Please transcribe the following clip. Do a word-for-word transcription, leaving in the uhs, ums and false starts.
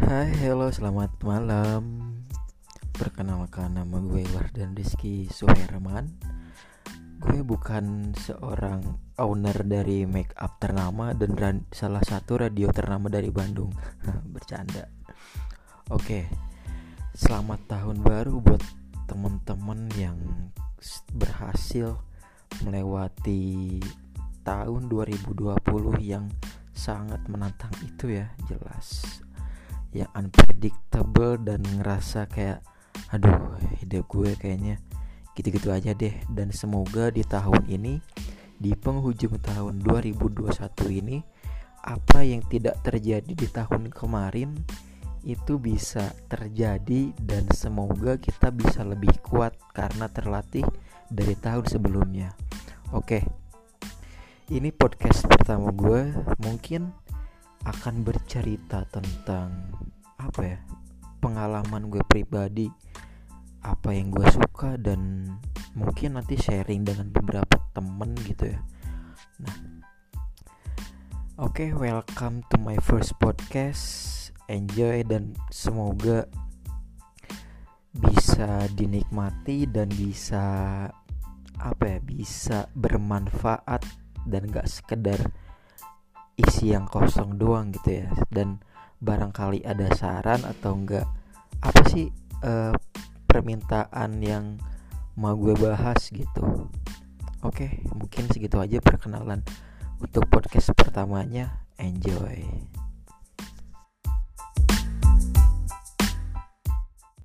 Hai, hello, selamat malam. Perkenalkan, nama gue Wardan Rizky Suherman. Gue bukan seorang owner dari make up ternama dan ra- salah satu radio ternama dari Bandung. Bercanda. Oke, selamat tahun baru buat teman-teman yang berhasil melewati tahun dua ribu dua puluh yang sangat menantang itu ya, jelas. Yang unpredictable dan ngerasa kayak aduh, hidup gue kayaknya gitu-gitu aja deh. Dan semoga di tahun ini, di penghujung tahun dua ribu dua puluh satu ini, apa yang tidak terjadi di tahun kemarin itu bisa terjadi. Dan semoga kita bisa lebih kuat karena terlatih dari tahun sebelumnya. Oke, ini podcast pertama gue. Mungkin akan bercerita tentang apa ya, pengalaman gue pribadi, apa yang gue suka, dan mungkin nanti sharing dengan beberapa temen gitu ya. Nah, oke, okay, welcome to my first podcast. Enjoy dan semoga bisa dinikmati dan bisa apa ya, bisa bermanfaat dan gak sekedar isi yang kosong doang gitu ya. Dan barangkali ada saran atau enggak apa sih uh, permintaan yang mau gue bahas gitu. Oke, mungkin segitu aja perkenalan untuk podcast pertamanya. Enjoy.